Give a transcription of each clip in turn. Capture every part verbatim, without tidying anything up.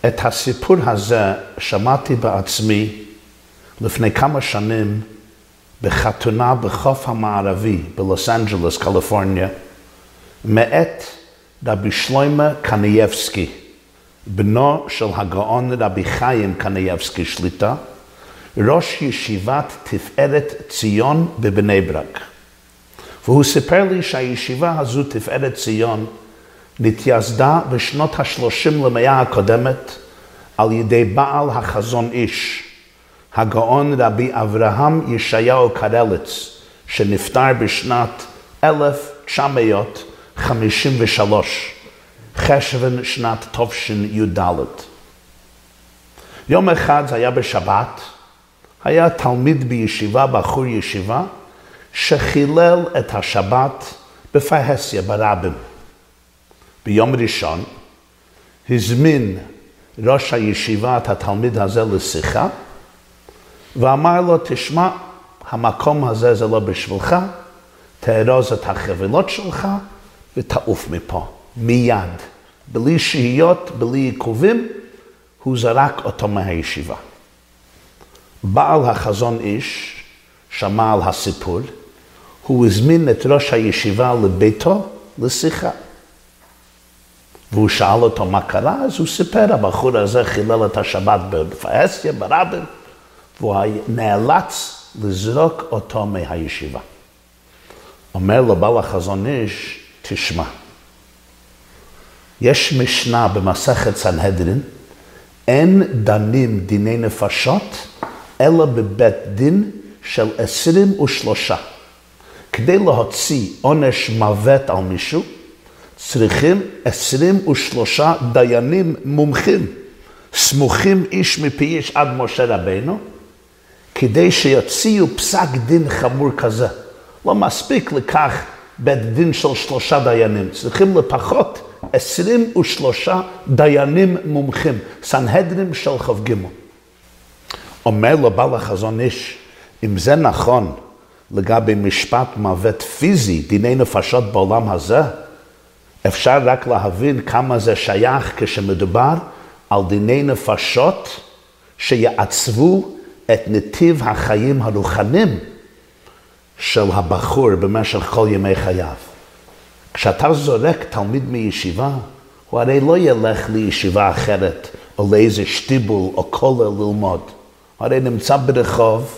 את הסיפור הזה שמעתי בעצמי לפני כמה שנים בחתונה בחוף המערבי בלוס אנג'לס, קליפורניה, מאת רבי שלמה קנייבסקי, בנו של הגאון רבי חיים קנייבסקי שליטה, ראש ישיבת תפארת ציון בבני ברק. והוא סיפר לי שהישיבה הזו, תפארת ציון, נתייסדה בשנות השלושים למאה הקודמת על ידי בעל החזון איש, הגאון רבי אברהם ישעיהו קרליץ, שנפטר בשנת אלף תשע מאות חמישים ושלוש, חשוון שנת תשי"ד. יום אחד, זה היה בשבת, היה תלמיד בישיבה, בחור ישיבה, שחילל את השבת בפרהסיה ברבים. ביום ראשון הזמין ראש הישיבה את התלמיד הזה לשיחה, ואמר לו, תשמע, המקום הזה זה לא בשבילך, תארוז את החבילות שלך ותעוף מפה, מיד. בלי שהיות, בלי עיכובים, הוא זרק אותו מהישיבה. בעל החזון איש שמע על הסיפור, הוא הזמין את ראש הישיבה לביתו לשיחה. והוא שאל אותו מה קרה, אז הוא סיפר, הבחור הזה חילל את השבת בפרהסיה, ברבים, והוא נאלץ לזרוק אותו מהישיבה. אומר לו בעל החזון איש, תשמע, יש משנה במסכת סנהדרין, אין דנים דיני נפשות, אלא בבית דין של עשרים ושלושה. כדי להוציא עונש מוות על מישהו, צריכים עשרים ושלושה דיינים מומחים, סמוכים איש מפי איש עד משה רבינו, כדי שיוציאו פסק דין חמור כזה. לא מספיק לכך בית דין של שלושה דיינים, צריכים לפחות עשרים ושלושה דיינים מומחים, סנהדרין של כ"ג. אומר לו בעל החזון איש, אם זה נכון לגבי משפט מוות פיזי, דיני נפשות בעולם הזה, אפשר רק להבין כמה זה שייך כשמדובר על דיני נפשות שיעצבו את נתיב החיים הרוחניים של הבחור במשך כל ימי חייו. כשאתה זורק תלמיד מישיבה, הוא הרי לא ילך לישיבה אחרת, או לאיזה שטיבל או כולל ללמוד. הוא הרי נמצא ברחוב,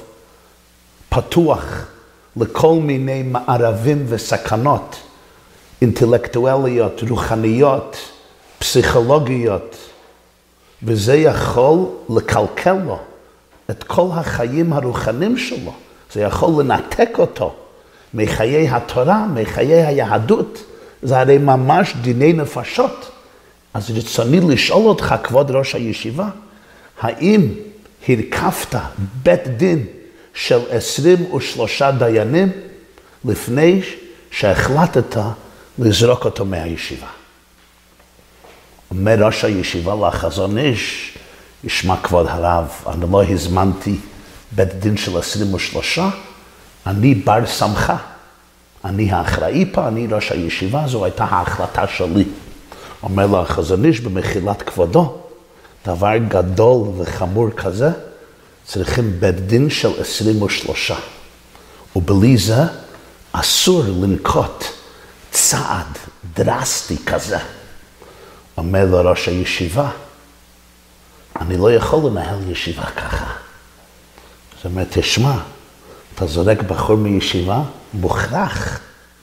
פתוח לכל מיני מערבים וסכנות, אינטלקטואליות, רוחניות, פסיכולוגיות, וזה יכול לקלקל לו את כל החיים הרוחניים שלו. זה יכול לנתק אותו מחיי התורה, מחיי היהדות. זה הרי ממש דיני נפשות. אז רצוני לשאול אותך, כבוד ראש הישיבה, האם הרכבת בית דין של עשרים ושלושה דיינים לפני שהחלטת לזרוק אותו מהישיבה? אומר ראש הישיבה לחזון איש, ישמע כבוד הרב, אני לא הזמנתי בית דין של עשרים ושלושה, אני בר סמכה, אני האחראי פה, אני ראש הישיבה, זו הייתה ההחלטה שלי. אומר לו החזון איש במחילת כבודו, דבר גדול וחמור כזה, צריכים בית דין של עשרים ושלושה. ובלי זה אסור לנקוט צעד דרסטי כזה. אומר לו ראש הישיבה, אני לא יכול לנהל ישיבה ככה. זאת אומרת, תשמע, אתה זורק בחור מישיבה, מוכרח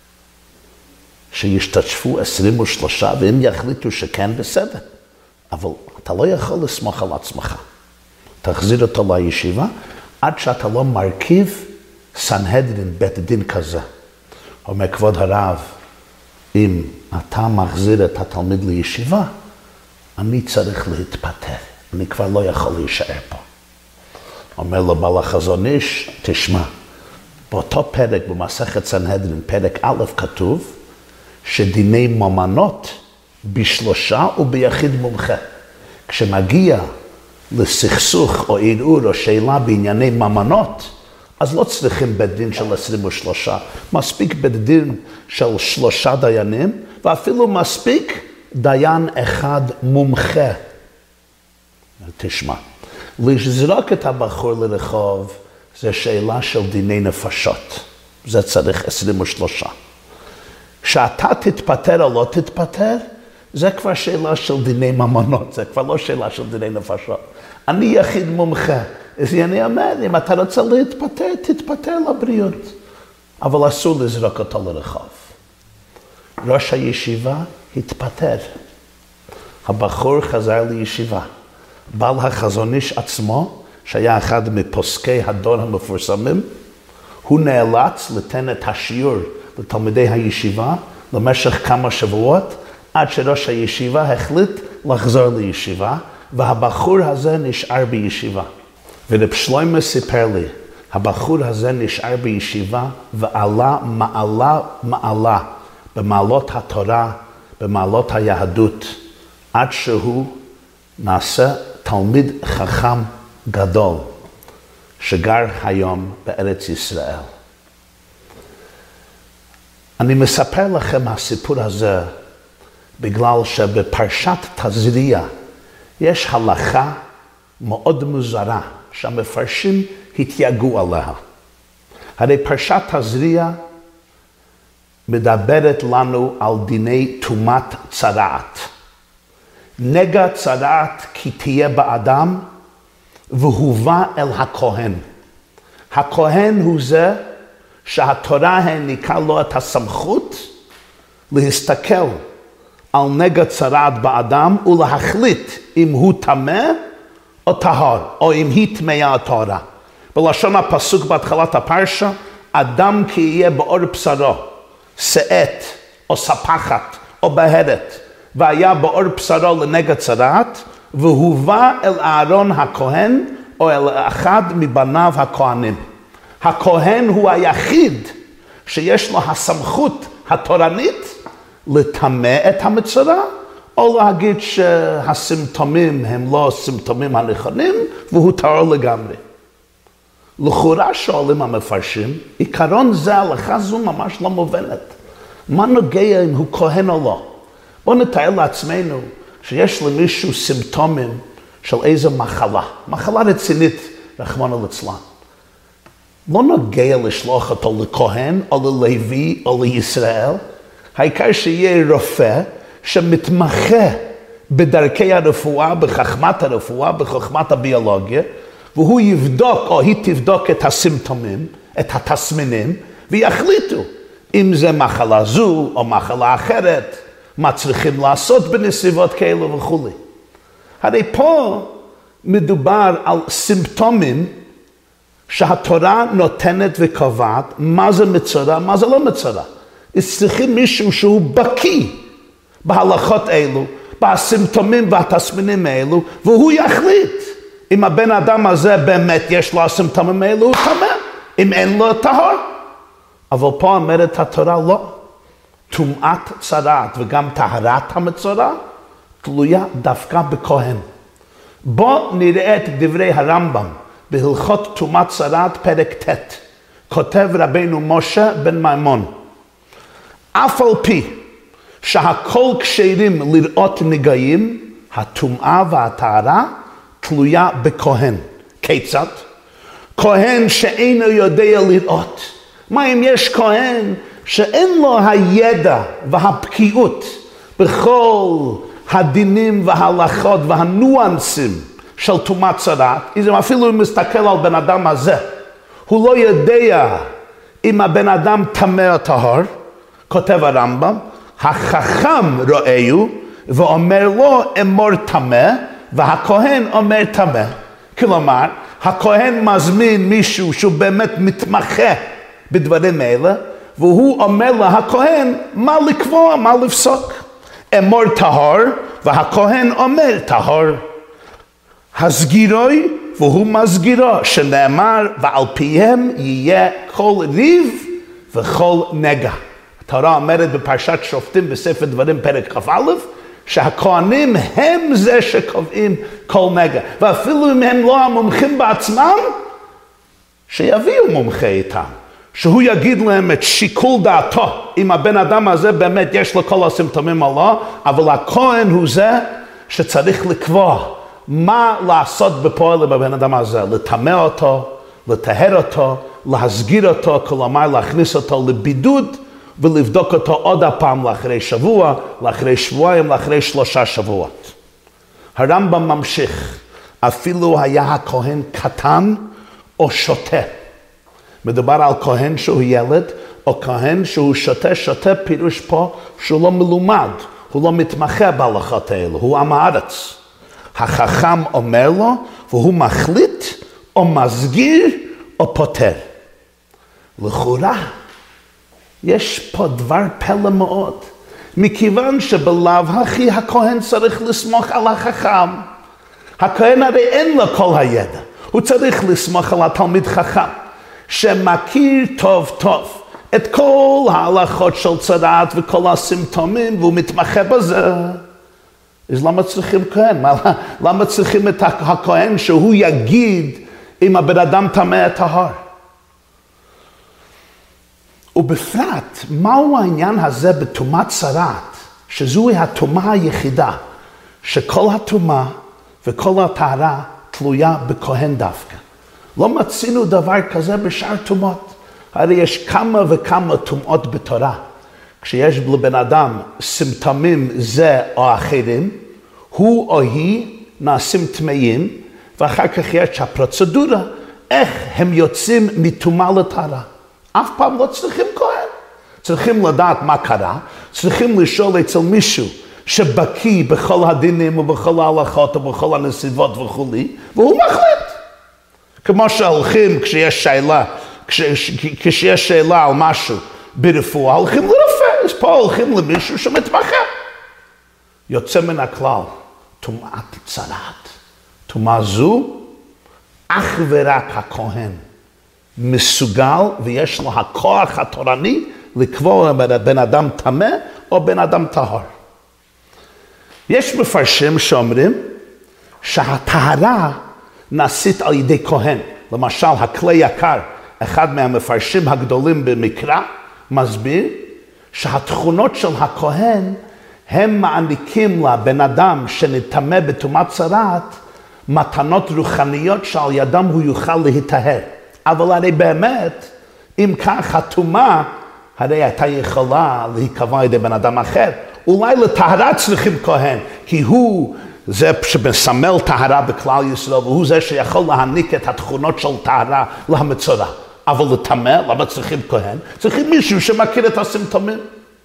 שישתתפו עשרים ושלושה, והם יחליטו שכן בסדר. אבל אתה לא יכול לסמוך על עצמך. תחזיר אותו לישיבה, עד שאתה לא מרכיב סנהדרין, בית דין כזה. אומר כבוד הרב, אם אתה מחזיר את התלמיד לישיבה, אני צריך להתפטר. אני כבר לא יכול להישאר פה. אומר לו בעל החזון איש, תשמע, באותו פרק במסכת סנהדרין, פרק א', כתוב שדיני ממונות בשלושה וביחיד מומחה. כשמגיע לסכסוך או ערעור או שאלה בענייני ממונות, אז לא צריכים בית דין של עשרים ושלושה. מספיק בית דין של שלושה דיינים, ואפילו מספיק דיין אחד מומחה. תשמע, לזרוק את הבחור לרחוב זה שאלה של דיני נפשות. זה צריך עשרים ושלוש. שאתה תתפטר או לא תתפטר, זה כבר שאלה של דיני ממונות, זה כבר לא שאלה של דיני נפשות. אני יחיד מומחה, אז אני אומר, אם אתה רוצה להתפטר, תתפטר לבריאות. אבל אסור לזרוק אותו לרחוב. ראש הישיבה התפטר. הבחור חזר לישיבה. בעל החזון איש עצמו, שהיה אחד מפוסקי הדור המפורסמים, הוא נאלץ לתת את השיעור לתלמידי הישיבה למשך כמה שבועות, עד שראש הישיבה החליט לחזור לישיבה, והבחור הזה נשאר בישיבה. ורב שלמה סיפר לי, הבחור הזה נשאר בישיבה ועלה מעלה מעלה במעלות התורה, במעלות היהדות, עד שהוא נעשה תלמיד חכם גדול, שגר היום בארץ ישראל. אני מספר לכם הסיפור הזה, בגלל שבפרשת תזריע יש הלכה מאוד מוזרה, שהמפרשים התייגעו עליה. הרי פרשת תזריע מדברת לנו על דיני טומאת צרעת. נגע צרעת כי תהיה באדם והובא אל הכהן. הכהן הוא זה שהתורה העניקה לו את הסמכות להסתכל על נגע צרעת באדם ולהחליט אם הוא טמא או טהור, או אם היא טמאה או טהורה. בלשון הפסוק בהתחלת הפרשה, אדם כי יהיה באור בשרו, שאת או ספחת או בהרת, והיה באור בשרו לנגע צרעת, והובא אל אהרון הכהן או אל אחד מבניו הכהנים. הכהן הוא היחיד שיש לו הסמכות התורנית לטמא את המצורע, או להגיד שהסימפטומים הם לא סימפטומים הנכונים, והוא טהור לגמרי. לכאורה שואלים המפרשים, עיקרון זה, הלכה זו ממש לא מובנת. מה נוגע אם הוא כהן או לא? בואו נתאר לעצמנו שיש למישהו סימפטומים של איזו מחלה, מחלה רצינית, רחמנא ליצלן. לא נוגע לשלוח אותו לכהן או ללוי או לישראל, העיקר שיהיה רופא שמתמחה בדרכי הרפואה, בחכמת הרפואה, בחכמת הביולוגיה, והוא יבדוק או היא תבדוק את הסימפטומים, את התסמינים, ויחליטו אם זה מחלה זו או מחלה אחרת, מה צריכים לעשות בנסיבות כאלו וכו'. הרי פה מדובר על סימפטומים שהתורה נותנת וקובעת מה זה מצורע, מה זה לא מצורע. צריכים מישהו שהוא בקיא בהלכות אלו, בסימפטומים והתסמינים האלו, והוא יחליט אם הבן אדם הזה באמת יש לו הסימפטומים האלו, הוא טמא, אם אין לו טהור. אבל פה אומרת התורה לא. טומאת צרעת וגם טהרת המצורע תלויה דווקא בכהן. בוא נראה את דברי הרמב"ם בהלכות טומאת צרעת פרק ט'. כותב רבינו משה בן מימון, אף על פי שהכל כשרים לראות נגעים, הטומאה והטהרה תלויה בכהן. כיצד? כהן שאינו יודע לראות. מה אם יש כהן שאין לו הידע והבקיאות בכל הדינים וההלכות והניואנסים של טומאת צרעת, אם אפילו הוא מסתכל על בן אדם הזה, הוא לא יודע אם הבן אדם טמא או טהור, כותב הרמב"ם, החכם רואהו ואומר לו אמור טמא, והכהן אומר טמא. כלומר, הכהן מזמין מישהו שהוא באמת מתמחה בדברים האלה, והוא אומר להכהן מה לקבוע, מה לפסוק. אמור טהור, והכהן אומר טהור. הסגירוי, והוא מסגירו, שנאמר, ועל פיהם יהיה כל ריב וכל נגע. התורה אומרת בפרשת שופטים בספר דברים פרק כ"א, שהכהנים הם זה שקובעים כל נגע. ואפילו אם הם לא המומחים בעצמם, שיביאו מומחה איתם. שהוא יגיד להם את שיקול דעתו, אם הבן אדם הזה באמת יש לו כל הסימפטומים או לא, אבל הכהן הוא זה שצריך לקבוע מה לעשות בפועל בבן אדם הזה? לטמא אותו, לטהר אותו, להסגיר אותו, כלומר להכניס אותו לבידוד ולבדוק אותו עוד הפעם לאחרי שבוע, לאחרי שבועיים, לאחרי שלושה שבועות. הרמב"ם ממשיך, אפילו היה הכהן קטן או שותה. מדובר על כהן שהוא ילד, או כהן שהוא שותה, שותה פירוש פה שהוא לא מלומד, הוא לא מתמחה בהלכות האלו, הוא עם הארץ. החכם אומר לו, והוא מחליט, או מסגיר, או פותר. לכאורה, יש פה דבר פלא מאוד, מכיוון שבלאו הכי הכהן צריך לסמוך על החכם. הכהן הרי אין לו כל הידע, הוא צריך לסמוך על התלמיד חכם, שמכיר טוב טוב את כל ההלכות של צרעת וכל הסימפטומים, והוא מתמחה בזה. אז למה צריכים כהן? למה צריכים את הכהן שהוא יגיד אם הבן אדם טמא טהור? ובפרט, מהו העניין הזה בטומאת צרעת, שזוהי הטומאה היחידה, שכל הטומאה וכל הטהרה תלויה בכהן דווקא. לא מצינו דבר כזה בשאר טומאות. הרי יש כמה וכמה טומאות בתורה. כשיש לבן אדם סימפטומים זה או אחרים, הוא או היא נעשים טמאים, ואחר כך יש הפרוצדורה, איך הם יוצאים מטומאה לטהרה. אף פעם לא צריכים כהן. צריכים לדעת מה קרה, צריכים לשאול אצל מישהו שבקיא בכל הדינים ובכל ההלכות ובכל הנסיבות וכו', והוא מחליט. כמו שהולכים כשיש שאלה, כש, כשיש שאלה על משהו ברפואה, הולכים לרופא, אז פה הולכים למישהו שמתמחה. יוצא מן הכלל, טומאת צרעת. טומאה זו, אך ורק הכהן מסוגל ויש לו הכוח התורני לקבוע בן אדם טמא או בן אדם טהור. יש מפרשים שאומרים שהטהרה נעשית על ידי כהן. למשל, הכלי יקר, אחד מהמפרשים הגדולים במקרא, מסביר שהתכונות של הכהן הם מעניקים לבן אדם שנטמא בטומאת צרעת מתנות רוחניות שעל ידם הוא יוכל להיטהר. אבל הרי באמת, אם כך הטומאה, הרי הייתה יכולה להיקבע על ידי בן אדם אחר. אולי לטהרה צריכים כהן, כי הוא זה שמסמל טהרה בכלל ישראל, והוא זה שיכול להעניק את התכונות של טהרה למצורע. אבל לטמא, למה צריכים כהן? צריכים מישהו שמכיר את הסימפטומים.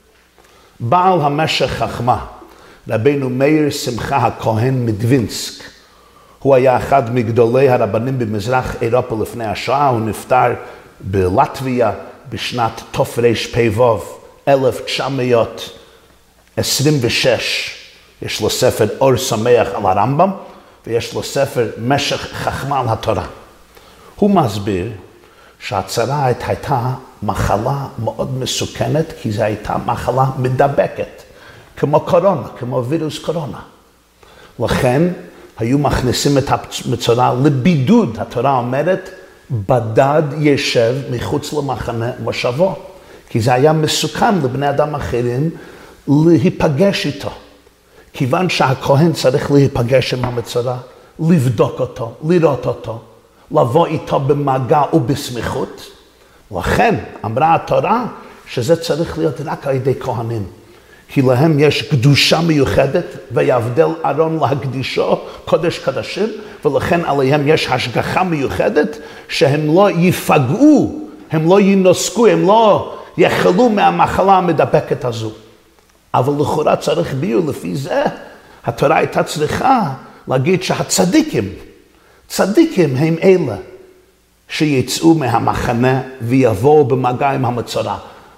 בעל המשך חכמה, רבינו מאיר שמחה הכהן מדווינסק, הוא היה אחד מגדולי הרבנים במזרח אירופה לפני השואה, הוא נפטר בלטביה בשנת תרפ"ו, אלף תשע מאות עשרים ושש. יש לו ספר אור שמח על הרמב"ם, ויש לו ספר משך חכמה על התורה. הוא מסביר שהצרעת הייתה מחלה מאוד מסוכנת, כי זו הייתה מחלה מדבקת, כמו קורונה, כמו וירוס קורונה. לכן היו מכניסים את המצורע לבידוד. התורה אומרת, בדד ישב מחוץ למחנה מושבו, כי זה היה מסוכן לבני אדם אחרים להיפגש איתו. כיוון שהכהן צריך להיפגש עם המצורע, לבדוק אותו, לראות אותו, לבוא איתו במגע ובסמיכות. לכן אמרה התורה שזה צריך להיות רק על ידי כהנים. כי להם יש קדושה מיוחדת, ויבדל ארון להקדישו קודש קדשים, ולכן עליהם יש השגחה מיוחדת, שהם לא ייפגעו, הם לא ינוסקו, הם לא יחלו מהמחלה המדבקת הזו. אבל לכאורה צריך ביור, לפי זה התורה הייתה צריכה להגיד שהצדיקים, צדיקים הם אלה שיצאו מהמחנה ויבואו במגע עם המצורע.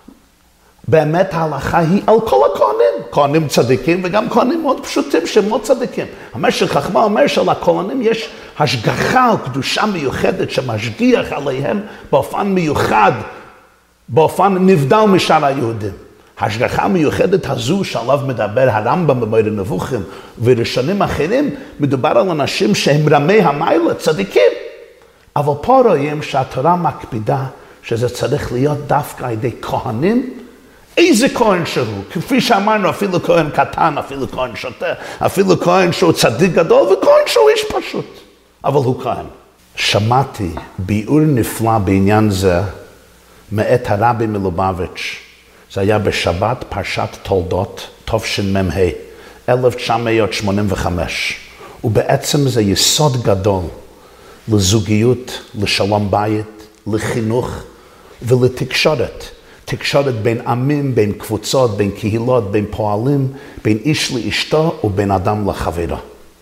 באמת ההלכה היא על כל הכהנים, כהנים צדיקים וגם כהנים מאוד פשוטים שהם לא צדיקים. המשך חכמה אומר שלכהנים יש השגחה או קדושה מיוחדת שמשגיח עליהם באופן מיוחד, באופן נבדל משאר היהודים. ההשגחה המיוחדת הזו שעליו מדבר הרמב"ם במורה נבוכים וראשונים אחרים, מדובר על אנשים שהם רמי המעלה, צדיקים. אבל פה רואים שהתורה מקפידה שזה צריך להיות דווקא על ידי כהנים, איזה כהן שהוא, כפי שאמרנו, אפילו כהן קטן, אפילו כהן שוטה, אפילו כהן שהוא צדיק גדול, וכהן שהוא איש פשוט, אבל הוא כהן. שמעתי ביאור נפלא בעניין זה מאת הרבי מלובביץ'. זה היה בשבת פרשת תולדות, תשמ"ה, אלף תשע מאות שמונים וחמש. ובעצם זה יסוד גדול לזוגיות, לשלום בית, לחינוך ולתקשורת. תקשורת בין עמים, בין קבוצות, בין קהילות, בין פועלים, בין איש לאשתו ובין אדם לחברו.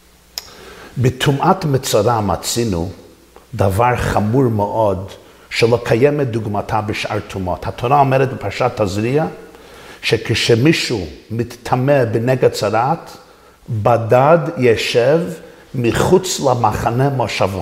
בטומאת מצורע מצינו דבר חמור מאוד שלא קיימת דוגמתה בשאר טומאות. התורה אומרת בפרשת תזריע שכשמישהו מתטמא בנגע צרעת, בדד ישב מחוץ למחנה מושבו.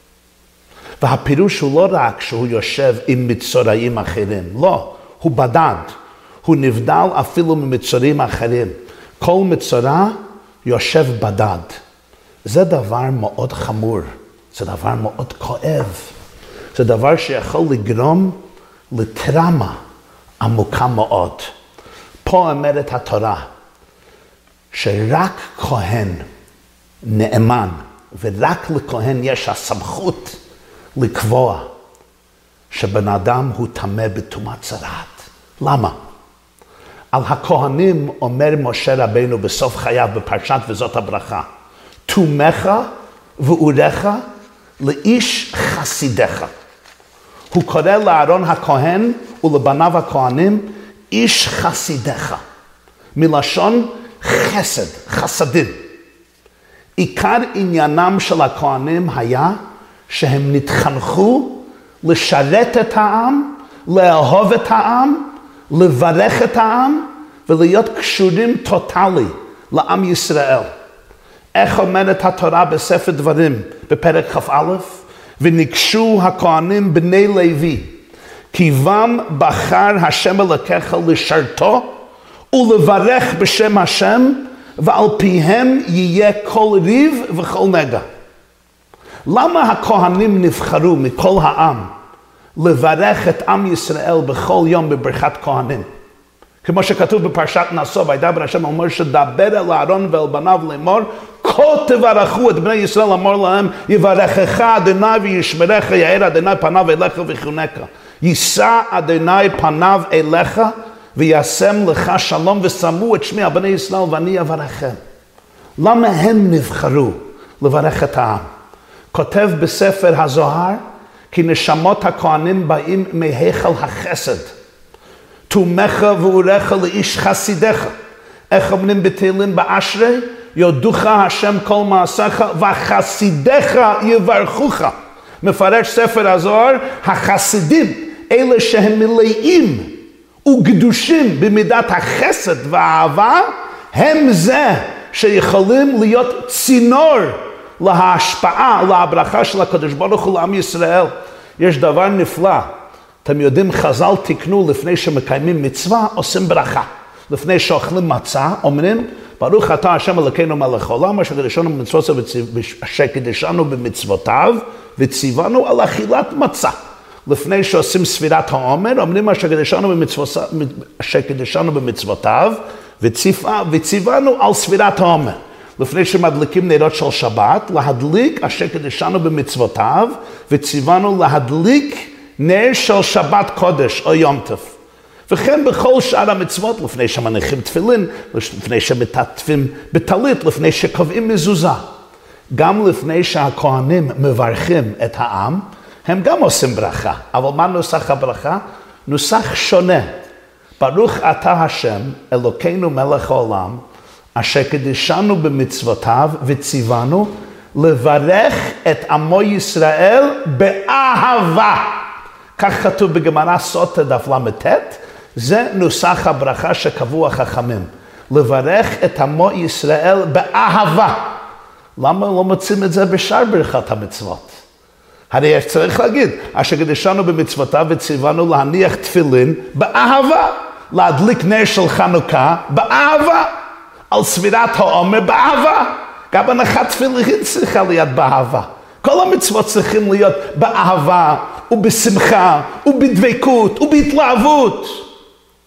והפירוש הוא לא רק שהוא יושב עם מצורעים אחרים, לא, הוא בדד, הוא נבדל אפילו ממצורעים אחרים. כל מצורע יושב בדד. זה דבר מאוד חמור, זה דבר מאוד כואב, זה דבר שיכול לגרום לטראומה עמוקה מאוד. פה אומרת התורה שרק כהן נאמן, ורק לכהן יש הסמכות לקבוע שבן אדם הוא טמא בטומאת צרעת. למה? על הכהנים אומר משה רבינו בסוף חייו בפרשת וזאת הברכה, תומך ואורך לאיש חסידך. הוא קורא לאהרון הכהן ולבניו הכהנים איש חסידך, מלשון חסד, חסדים. עיקר עניינם של הכהנים היה שהם נתחנכו לשרת את העם, לאהוב את העם, לברך את העם ולהיות קשורים טוטלי לעם ישראל. איך אומרת התורה בספר דברים בפרק כ"א? וניגשו הכהנים בני לוי, כי בם בחר השם אלוקיך לשרתו ולברך בשם השם, ועל פיהם יהיה כל ריב וכל נגע. למה הכהנים נבחרו מכל העם לברך את עם ישראל בכל יום בברכת כהנים? כמו שכתוב בפרשת נשוא, וידבר השם אומר שדבר אל אהרון ואל בניו לאמור, כה תברכו את בני ישראל, אמור להם, יברכך אדוני וישמרך, יאר אדוני פניו אליך ויחונך. יישא אדוני פניו אליך וישם לך שלום, ושמו את שמי על בני ישראל ואני אברכם. למה הם נבחרו לברך את העם? כותב בספר הזוהר, כי נשמות הכהנים באים מהיכל החסד. תומך ואורך לאיש חסידך. איך אומרים בתהילים באשרי? יודוך השם כל מעשיך וחסידך יברכוך. מפרש ספר הזוהר, החסידים, אלה שהם מלאים וקדושים במידת החסד והאהבה, הם זה שיכולים להיות צינור להשפעה, להברכה של הקדוש ברוך הוא לעם ישראל. יש דבר נפלא. אתם יודעים, חז"ל תיקנו לפני שמקיימים מצווה, עושים ברכה. לפני שאוכלים מצה, אומרים, ברוך אתה השם אלוקינו מלך העולם, אשר קידשנו במצוות אשר קידשנו במצוותיו, וציוונו על אכילת מצה. לפני שעושים ספירת העומר, אומרים אשר קידשנו במצוותיו, וציוונו על ספירת העומר. לפני שמדליקים נרות של שבת, להדליק אשר קידשנו במצוותיו, וציוונו להדליק נר של שבת קודש או יום טוב. וכן בכל שאר המצוות, לפני שמניחים תפילין, לפני שמטפטפים בטלית, לפני שקובעים מזוזה. גם לפני שהכהנים מברכים את העם, הם גם עושים ברכה. אבל מה נוסח הברכה? נוסח שונה. ברוך אתה השם, אלוקינו מלך העולם, אשר קידשנו במצוותיו וציוונו לברך את עמו ישראל באהבה. כך כתוב בגמרא סוטה דף למ"ט, זה נוסח הברכה שקבעו החכמים. לברך את עמו ישראל באהבה. למה לא מוצאים את זה בשאר ברכת המצוות? הרי יש צריך להגיד, אשר קידשנו במצוותיו וציוונו להניח תפילין באהבה, להדליק נר של חנוכה באהבה, על ספירת העומר באהבה. גם הנחת תפילין צריכה להיות באהבה. כל המצוות צריכים להיות באהבה ובשמחה ובדבקות ובהתלהבות.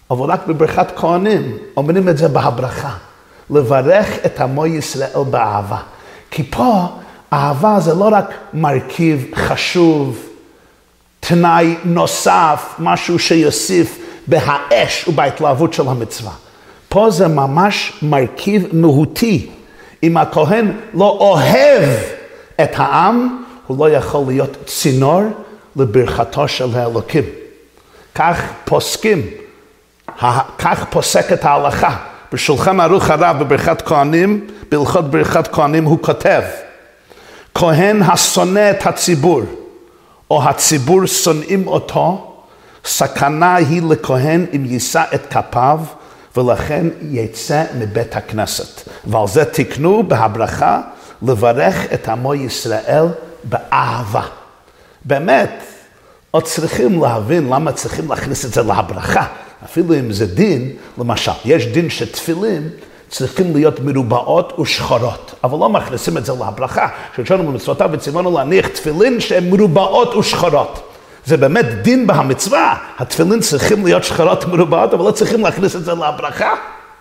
אבל רק בברכת כהנים אומרים את זה בהברכה. לברך את עמו ישראל באהבה. כי פה אהבה זה לא רק מרכיב חשוב, תנאי נוסף, משהו שיוסיף בהאש ובהתלהבות של המצווה. פה זה ממש מרכיב מהותי. אם הכהן לא אוהב את העם, הוא לא יכול להיות צינור לברכתו של האלוקים. כך פוסקים, כך פוסקת ההלכה. בשולחן ערוך הרב בברכת כהנים, בהלכות ברכת כהנים הוא כותב, כהן השונא את הציבור, או הציבור שונאים אותו, סכנה היא לכהן אם יישא את כפיו, ולכן יצא מבית הכנסת. ועל זה תקנו בהברכה לברך את עמו ישראל באהבה. באמת, עוד צריכים להבין למה צריכים להכניס את זה להברכה. אפילו אם זה דין, למשל, יש דין שתפילין צריכים להיות מרובעות ושחורות, אבל לא מכניסים את זה להברכה. שכשאנו במצוותיו וציוונו להניח תפילין שהן מרובעות ושחורות. זה באמת דין בהמצווה. התפילין צריכים להיות שחורות מרובעות, אבל לא צריכים להכניס את זה להברכה.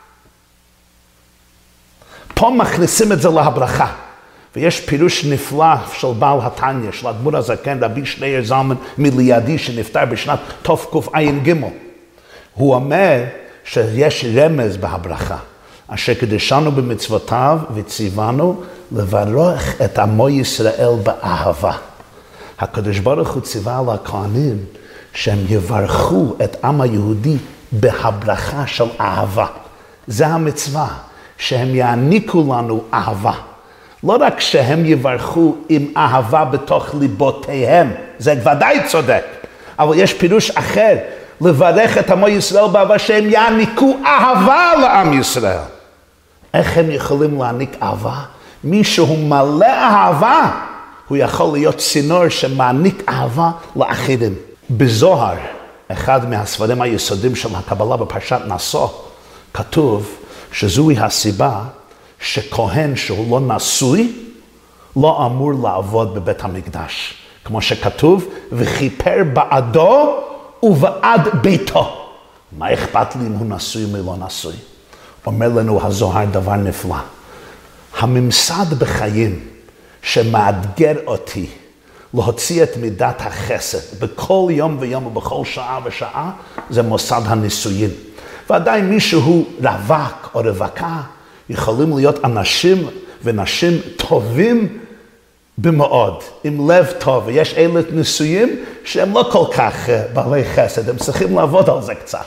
פה מכניסים את זה להברכה. ויש פירוש נפלא של בעל התניא, של האדמו"ר הזקן, רבי שניאור זלמן מלידי, שנפטר בשנת תקע"ג. הוא אומר שיש רמז בהברכה, אשר קדשנו במצוותיו וציוונו לברך את עמו ישראל באהבה. הקדוש ברוך הוא ציווה על הכהנים שהם יברכו את עם היהודי בהברכה של אהבה. זה המצווה, שהם יעניקו לנו אהבה. לא רק שהם יברכו עם אהבה בתוך ליבותיהם, זה ודאי צודק, אבל יש פירוש אחר, לברך את עמו ישראל באהבה, שהם יעניקו אהבה לעם ישראל. איך הם יכולים להעניק אהבה? מי שהוא מלא אהבה, הוא יכול להיות צינור שמעניק אהבה לאחרים. בזוהר, אחד מהספרים היסודיים של הקבלה בפרשת נשוא, כתוב שזוהי הסיבה שכהן שהוא לא נשוי, לא אמור לעבוד בבית המקדש. כמו שכתוב, וכיפר בעדו ובעד ביתו. מה אכפת לי אם הוא נשוי או לא נשוי? אומר לנו הזוהר דבר נפלא. הממסד בחיים שמאתגר אותי להוציא את מידת החסד בכל יום ויום ובכל שעה ושעה, זה מוסד הנישואין. ועדיין מישהו רווק או רווקה, יכולים להיות אנשים ונשים טובים במאוד, עם לב טוב, ויש אלה נישואים שהם לא כל כך בעלי חסד, הם צריכים לעבוד על זה קצת.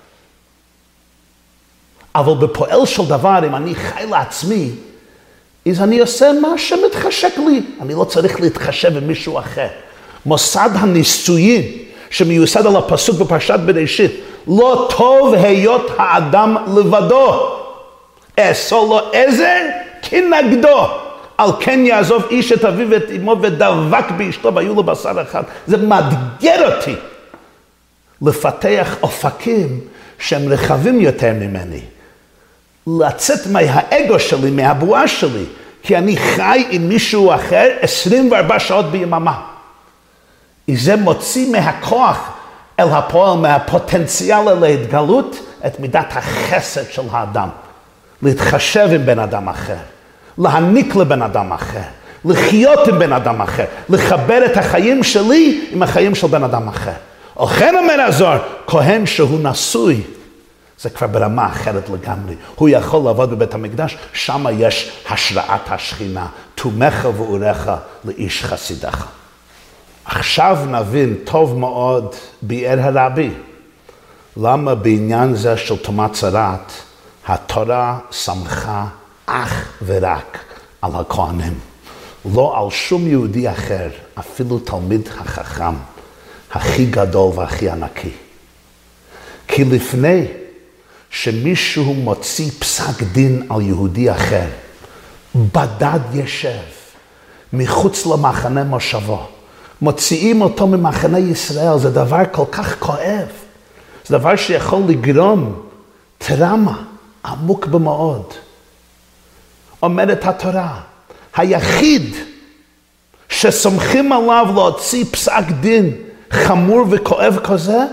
אבל בפועל של דבר, אם אני חי לעצמי, אז אני עושה מה שמתחשק לי, אני לא צריך להתחשב עם מישהו אחר. מוסד הנישואין שמיוסד על הפסוק בפרשת בראשית, לא טוב היות האדם לבדו, אעשו לו עזר כנגדו. על כן יעזוב איש את אביו ואת אמו ודבק באשתו והיו לו בשר אחד. זה מאתגר אותי לפתח אופקים שהם רחבים יותר ממני. לצאת מהאגו שלי, מהבועה שלי, כי אני חי עם מישהו אחר עשרים וארבע שעות ביממה. זה מוציא מהכוח אל הפועל, מהפוטנציאל אל ההתגלות, את מידת החסד של האדם. להתחשב עם בן אדם אחר, להעניק לבן אדם אחר, לחיות עם בן אדם אחר, לחבר את החיים שלי עם החיים של בן אדם אחר. לכן אומר הזוהר, כהן שהוא נשוי, זה כבר ברמה אחרת לגמרי. הוא יכול לעבוד בבית המקדש, שם יש השראת השכינה, תומך ואורך לאיש חסידך. עכשיו נבין טוב מאוד ביאר הרבי, למה בעניין זה של טומאת צרת, התורה סמכה אך ורק על הכהנים, לא על שום יהודי אחר, אפילו תלמיד החכם, הכי גדול והכי ענקי. כי לפני שמישהו מוציא פסק דין על יהודי אחר, בדד ישב מחוץ למחנה מושבו, מוציאים אותו ממחנה ישראל, זה דבר כל כך כואב, זה דבר שיכול לגרום טראומה עמוק במאוד. אומרת התורה, היחיד שסומכים עליו להוציא פסק דין חמור וכואב כזה,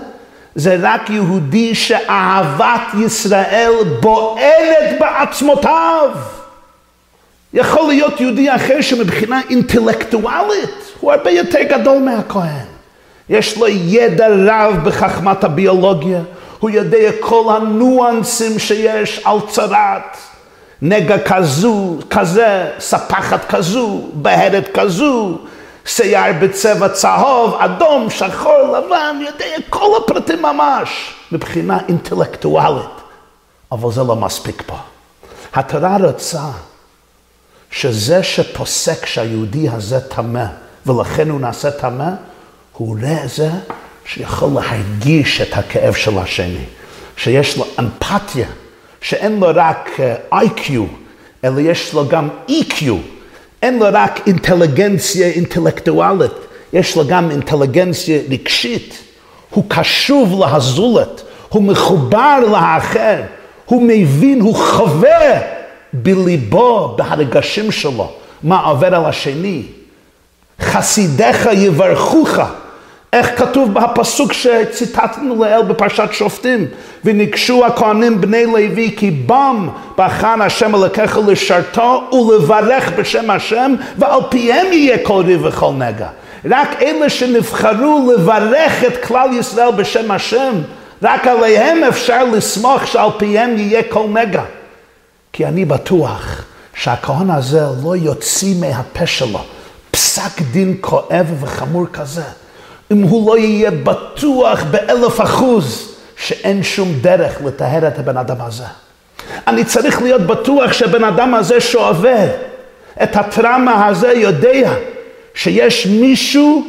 זה רק יהודי שאהבת ישראל בוערת בעצמותיו. יכול להיות יהודי אחר שמבחינה אינטלקטואלית הוא הרבה יותר גדול מהכהן. יש לו ידע רב בחכמת הביולוגיה, הוא יודע כל הניואנסים שיש על צרת, נגע כזו, כזה, ספחת כזו, בהרת כזו, שיער בצבע צהוב, אדום, שחור, לבן, יודע כל הפרטים ממש, מבחינה אינטלקטואלית. אבל זה לא מספיק פה. התורה רוצה שזה שפוסק שהיהודי הזה טמא, ולכן הוא נעשה טמא, הוא רואה זה שיכול להרגיש את הכאב של השני, שיש לו אמפתיה, שאין לו רק איי קיו, אלא יש לו גם אי קיו, אין לו רק אינטליגנציה אינטלקטואלית, יש לו גם אינטליגנציה רגשית, הוא קשוב להזולת, הוא מחובר לאחר, הוא מבין, הוא חווה בליבו, בהרגשים שלו, מה עובר על השני. חסידיך יברכוך, איך כתוב בפסוק שציטטנו לאל בפרשת שופטים, וניגשו הכהנים בני לוי כי בם בחר השם אלוקיך לשרתו ולברך בשם השם, ועל פיהם יהיה כל ריב וכל נגע. רק אלה שנבחרו לברך את כלל ישראל בשם השם, רק עליהם אפשר לסמוך שעל פיהם יהיה כל נגע. כי אני בטוח שהכהן הזה לא יוציא מהפה שלו פסק דין כואב וחמור כזה, אם הוא לא יהיה בטוח באלף אחוז שאין שום דרך לטהר את הבן אדם הזה. אני צריך להיות בטוח שהבן אדם הזה שעובר את הטראומה הזה יודע שיש מישהו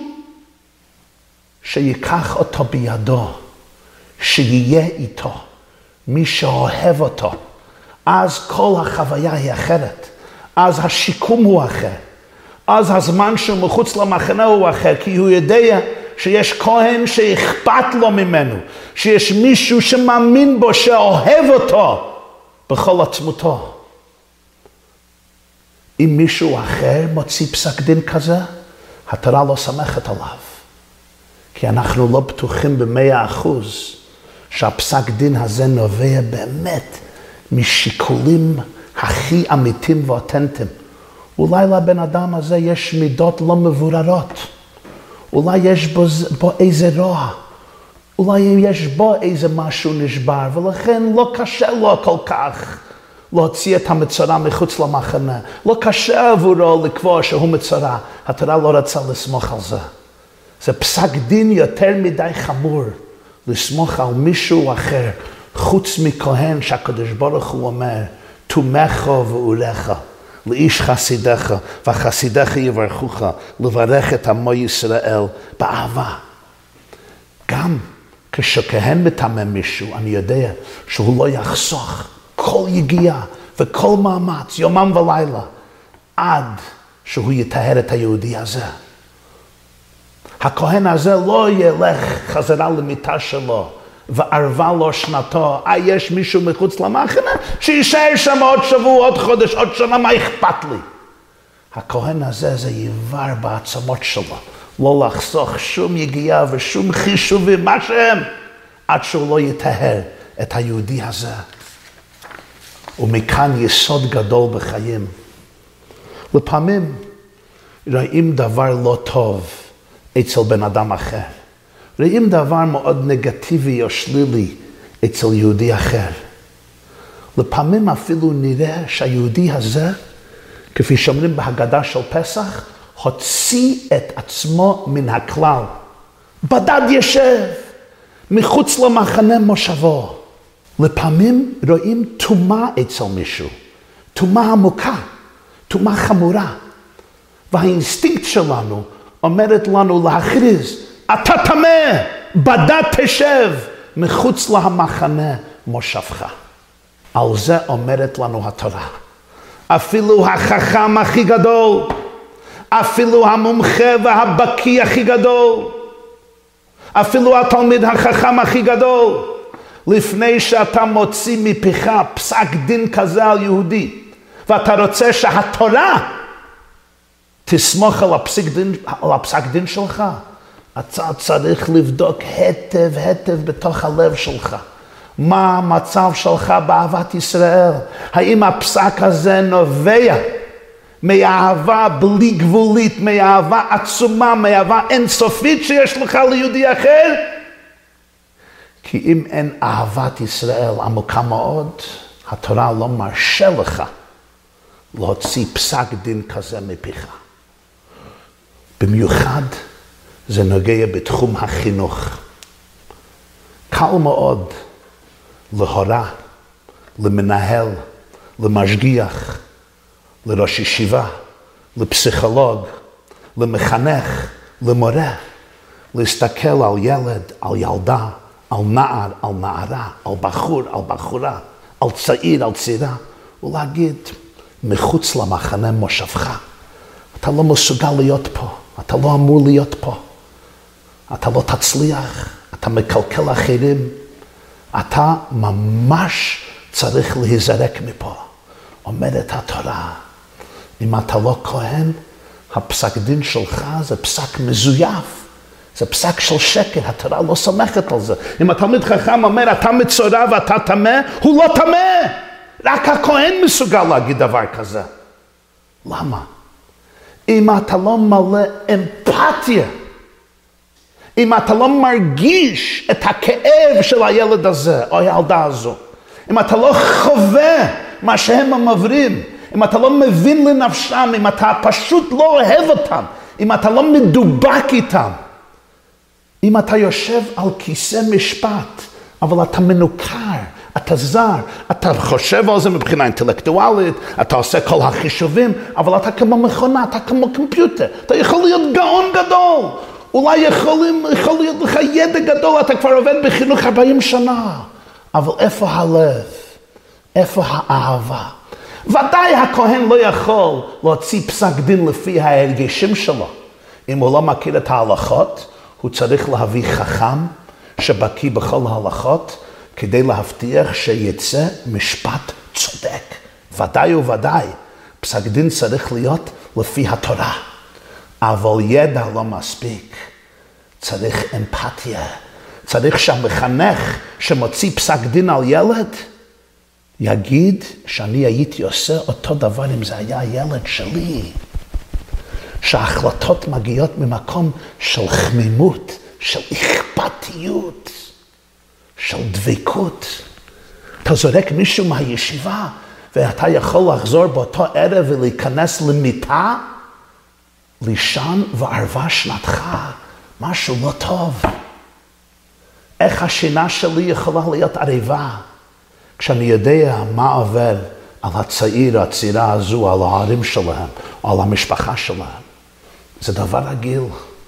שיקח אותו בידו, שיהיה איתו, מי שאוהב אותו. אז כל החוויה היא אחרת, אז השיקום הוא אחר, אז הזמן שהוא מחוץ למחנה הוא אחר, כי הוא יודע שיש כהן שאכפת לו ממנו, שיש מישהו שמאמין בו, שאוהב אותו בכל עצמותו. אם מישהו אחר מוציא פסק דין כזה, התורה לא סמכת עליו, כי אנחנו לא בטוחים במאה אחוז שהפסק דין הזה נובע באמת משיקולים הכי אמיתיים ואותנטיים. אולי לבן אדם הזה יש מידות לא מבוררות, אולי יש בו, בו איזה רוע, אולי יש בו איזה משהו נשבר, ולכן לא קשה לו כל כך להוציא את המצורע מחוץ למחנה. לא קשה עבורו לקבוע שהוא מצורע. התורה לא רצה לסמוך על זה. זה פסק דין יותר מדי חמור, לסמוך על מישהו אחר, חוץ מכהן שהקדוש ברוך הוא אומר, תומך ואורך, לאיש חסידך, וחסידך יברכוך, לברך את עמו ישראל באהבה. גם כשכהן מטמא מישהו, אני יודע שהוא לא יחסוך כל יגיעה וכל מאמץ, יומם ולילה, עד שהוא יטהר את היהודי הזה. הכהן הזה לא ילך חזרה למיטה שלו, וערבה לו שנתו, אה, יש מישהו מחוץ למחנה, שישאר שם עוד שבוע, עוד חודש, עוד שנה, מה אכפת לי? הכהן הזה זה יבר בעצמות שלו, לא לחסוך שום יגיעה ושום חישובים, מה שהם, עד שהוא לא יטהר את היהודי הזה. ומכאן יסוד גדול בחיים. לפעמים רואים דבר לא טוב אצל בן אדם אחר. רואים דבר מאוד נגטיבי או שלילי אצל יהודי אחר. לפעמים אפילו נראה שהיהודי הזה, כפי שאומרים בהגדה של פסח, הוציא את עצמו מן הכלל. בדד ישב, מחוץ למחנה מושבו. לפעמים רואים תומה אצל מישהו, תומה עמוקה, תומה חמורה. והאינסטינקט שלנו אומרת לנו להכריז, אתה טמא, בדד תשב, מחוץ למחנה מושבך. על זה אומרת לנו התורה. אפילו החכם הכי גדול, אפילו המומחה והבקי הכי גדול, אפילו התלמיד החכם הכי גדול, לפני שאתה מוציא מפיך פסק דין כזה על יהודי, ואתה רוצה שהתורה תסמוך על הפסק דין, על הפסק דין שלך, אתה צריך לבדוק היטב היטב בתוך הלב שלך. מה המצב שלך באהבת ישראל? האם הפסק הזה נובע מאהבה בלי גבולית, מאהבה עצומה, מאהבה אינסופית שיש לך ליהודי אחר? כי אם אין אהבת ישראל עמוקה מאוד, התורה לא מרשה לך להוציא פסק דין כזה מפיך. במיוחד זה נוגע בתחום החינוך. קל מאוד להורה, למנהל, למשגיח, לראש ישיבה, לפסיכולוג, למחנך, למורה, להסתכל על ילד, על ילדה, על נער, על נערה, על בחור, על בחורה, על צעיר, על צעירה, ולהגיד, מחוץ למחנה מושבך, אתה לא מסוגל להיות פה, אתה לא אמור להיות פה, אתה לא תצליח, אתה מקלקל אחרים, אתה ממש צריך להיזרק מפה. אומרת התורה, אם אתה לא כהן, הפסק דין שלך זה פסק מזויף, זה פסק של שקר, התורה לא סומכת על זה. אם התלמיד חכם אומר, אתה מצורע ואתה טמא, הוא לא טמא. רק הכהן מסוגל להגיד דבר כזה. למה? אם אתה לא מלא אמפתיה, אם אתה לא מרגיש את הכאב של הילד הזה או הילדה הזו, אם אתה לא חווה מה שהם מעברים, אם אתה לא מבין לנפשם, אם אתה פשוט לא אוהב אותם, אם אתה לא מדובק איתם, אם אתה יושב על כיסא משפט, אבל אתה מנוכר, אתה זר, אתה חושב על זה מבחינה אינטלקטואלית, אתה עושה כל החישובים, אבל אתה כמו מכונה, אתה כמו קומפיוטר, אתה יכול להיות גאון גדול, אולי יכול, יכול להיות לך ידע גדול, אתה כבר עובד בחינוך ארבעים שנה, אבל איפה הלב? איפה האהבה? ודאי הכהן לא יכול להוציא פסק דין לפי ההרגשים שלו. אם הוא לא מכיר את ההלכות, הוא צריך להביא חכם שבקיא בכל ההלכות, כדי להבטיח שיצא משפט צודק. ודאי וודאי, פסק דין צריך להיות לפי התורה. אבל ידע לא מספיק. צריך אמפתיה. צריך שהמחנך שמוציא פסק דין על ילד, יגיד שאני הייתי עושה אותו דבר אם זה היה הילד שלי. שההחלטות מגיעות ממקום של חמימות, של אכפתיות, של דבקות. אתה זורק מישהו מהישיבה, ואתה יכול לחזור באותו ערב ולהיכנס למיטה, לישון וערבה שנתך, משהו לא טוב. איך השינה שלי יכולה להיות ערבה? כשאני יודע מה עובר על הצעיר או הצעירה הזו, על ההורים שלהם, או על המשפחה שלהם. זה דבר רגיל.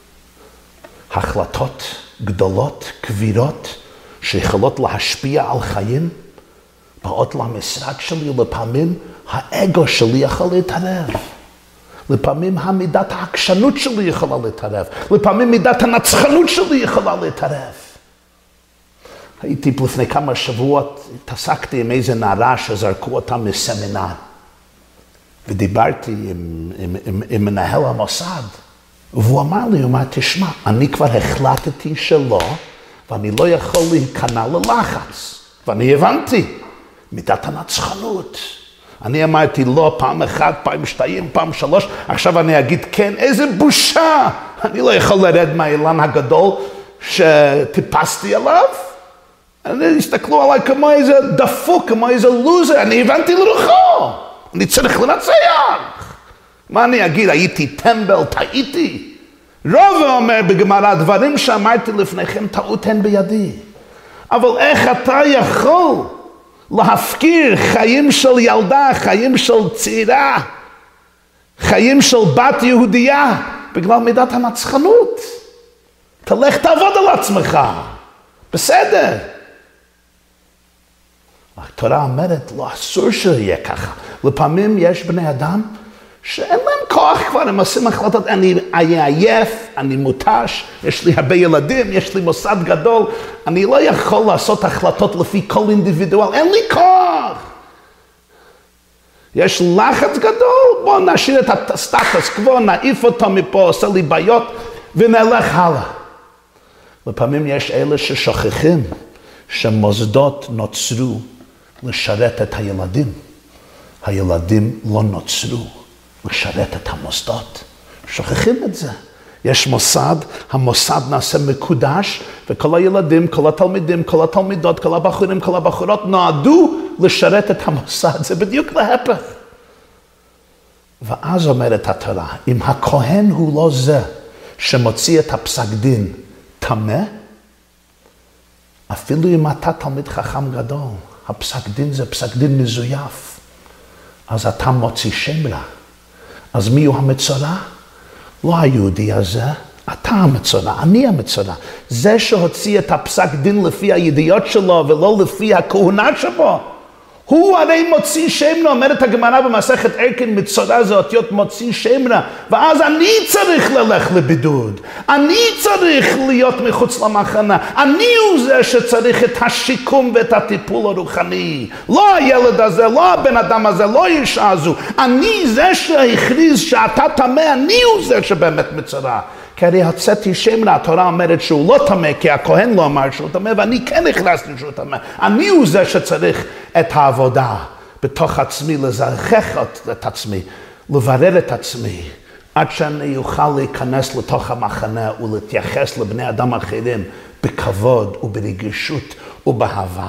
החלטות גדולות, כבירות, שיכולות להשפיע על חיים, באות למשרד שלי, לפעמים האגו שלי יכול להתערב. לפעמים המידת העקשנות שלי יכולה להתערב. לפעמים מידת הנצחנות שלי יכולה להתערב. הייתי לפני כמה שבועות, התעסקתי עם איזה נערה שזרקו אותה מסמינר. ודיברתי עם, עם, עם, עם מנהל המוסד. והוא אמר לי, הוא אמר, תשמע, אני כבר החלטתי שלא, ואני לא יכול להיכנע ללחץ. ואני הבנתי, מידת הנצחנות. אני אמרתי לא, פעם אחת, פעם שתיים, פעם שלוש, עכשיו אני אגיד כן, איזה בושה. אני לא יכול לרד מהאילן הגדול שטיפסתי עליו. אני הסתכלו עליי כמו איזה דפוק, כמו איזה לוזר, אני הבנתי לרוחו. אני צריך לנצח. מה אני אגיד, הייתי טמבל, טעיתי. רוב אומר בגמרא, דברים שאמרתי לפניכם, טעות הן בידי. אבל איך אתה יכול להפקיר חיים של ילדה, חיים של צעירה, חיים של בת יהודייה, בגלל מידת הנצחנות? תלך תעבוד על עצמך. בסדר. התורה אומרת, לא אסור שיהיה ככה. לפעמים יש בני אדם שאין להם כוח כבר, הם עושים החלטות, אני עייף, אני מותש, יש לי הרבה ילדים, יש לי מוסד גדול, אני לא יכול לעשות החלטות לפי כל אינדיבידואל, אין לי כוח. יש לחץ גדול, בואו נשאיר את הסטטוס קוו, נעיף אותו מפה, עושה לי בעיות, ונלך הלאה. לפעמים יש אלה ששוכחים שמוסדות נוצרו לשרת את הילדים. הילדים לא נוצרו לשרת את המוסדות. שוכחים את זה. יש מוסד, המוסד נעשה מקודש, וכל הילדים, כל התלמידים, כל התלמידות, כל הבחורים, כל הבחורות נועדו לשרת את המוסד. זה בדיוק להפך. ואז אומרת התורה, אם הכהן הוא לא זה שמוציא את הפסק דין טמא, אפילו אם אתה תלמיד חכם גדול, הפסק דין זה פסק דין מזויף, אז אתה מוציא שם רע. אז מי הוא המצורע? לא היהודי הזה, אתה המצורע, אני המצורע. זה שהוציא את הפסק דין לפי הידיעות שלו ולא לפי הכהונה שבו, הוא הרי מוציא שם רע, אומרת הגמרא במסכת ערכין, מצורע זה אותיות מוציא שם רע, ואז אני צריך ללך לבידוד, אני צריך להיות מחוץ למחנה, אני הוא זה שצריך את השיקום ואת הטיפול הרוחני, לא הילד הזה, לא הבן אדם הזה, לא האישה הזו, אני זה שהכריז שאתה טמא, אני הוא זה שבאמת מצורע. כי הרי הוצאתי שם רע, התורה אומרת שהוא לא טמא, כי הכהן לא אמר שהוא טמא, ואני כן הכרזתי שהוא טמא. אני הוא זה שצריך את העבודה בתוך עצמי, לזרחך את עצמי, לברר את עצמי, עד שאני אוכל להיכנס לתוך המחנה ולהתייחס לבני אדם אחרים בכבוד וברגישות ובאהבה.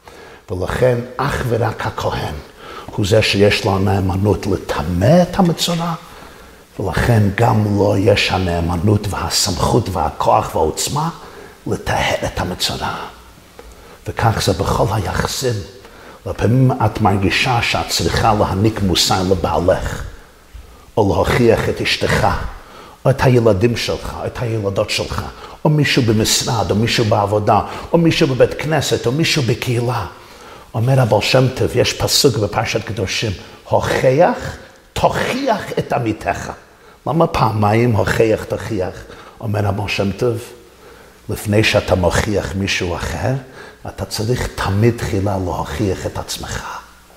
ולכן אך ורק הכהן הוא זה שיש לו נאמנות לטמא את המצורע, ולכן גם לו יש הנאמנות והסמכות והכוח והעוצמה לטהר את המצורע. וכך זה בכל היחסים. לפעמים את מרגישה שאת צריכה להעניק מוסר לבעלך, או להוכיח את אשתך, או את הילדים שלך, או את הילדות שלך, או מישהו במשרד, או מישהו בעבודה, או מישהו בבית כנסת, או מישהו בקהילה. אומר הבעל שם טוב, יש פסוק בפרשת קדושים, הוכיח, תוכיח את עמיתך. למה פעמיים הוכיח, תוכיח? אומר הבעל שם טוב, לפני שאתה מוכיח מישהו אחר, אתה צריך תמיד תחילה להוכיח את עצמך.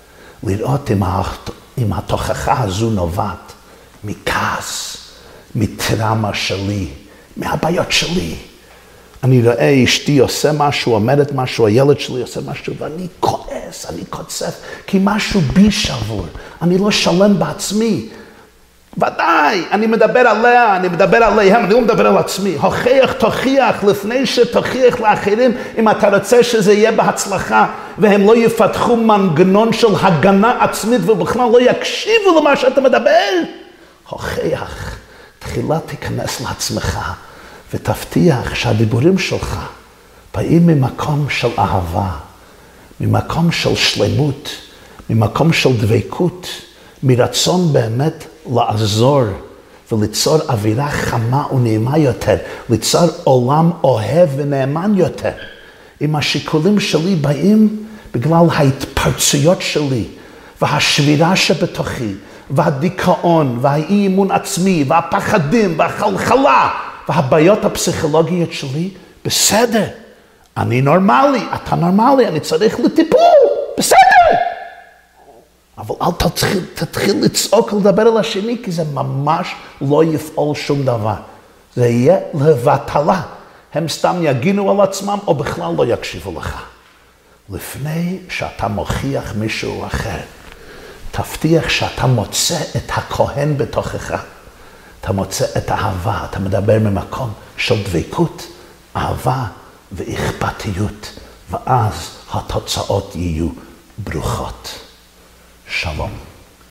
לראות אם, אם התוכחה הזו נובעת מכעס, מטראומה שלי, מהבעיות שלי. אני רואה אשתי עושה משהו, אומרת משהו, הילד שלי עושה משהו, ואני כועס, אני קוצף, כי משהו בי שבור. אני לא שלם בעצמי. ודאי, אני מדבר עליה, אני מדבר עליהם, אני לא מדבר על עצמי. הוכיח, תוכיח, לפני שתוכיח לאחרים, אם אתה רוצה שזה יהיה בהצלחה, והם לא יפתחו מנגנון של הגנה עצמית, ובכלל לא יקשיבו למה שאתה מדבר. הוכיח, תחילה תיכנס לעצמך, ותבטיח שהדיבורים שלך באים ממקום של אהבה, ממקום של שלמות, ממקום של דבקות, מרצון באמת לעזור וליצור אווירה חמה ונעימה יותר, ליצור עולם אוהב ונאמן יותר. אם השיקולים שלי באים בגלל ההתפרצויות שלי והשבירה שבתוכי והדיכאון והאי אימון עצמי והפחדים והחלחלה והבעיות הפסיכולוגיות שלי, בסדר, אני נורמלי, אתה נורמלי, אני צריך לטיפול, בסדר. אבל אל תתחיל, תתחיל לצעוק ולדבר על השני, כי זה ממש לא יפעול שום דבר. זה יהיה לבטלה. הם סתם יגינו על עצמם, או בכלל לא יקשיבו לך. לפני שאתה מוכיח מישהו אחר, תבטיח שאתה מוצא את הכהן בתוכך. אתה מוצא את האהבה, אתה מדבר ממקום של דבקות, אהבה ואכפתיות, ואז התוצאות יהיו ברוכות. שלום.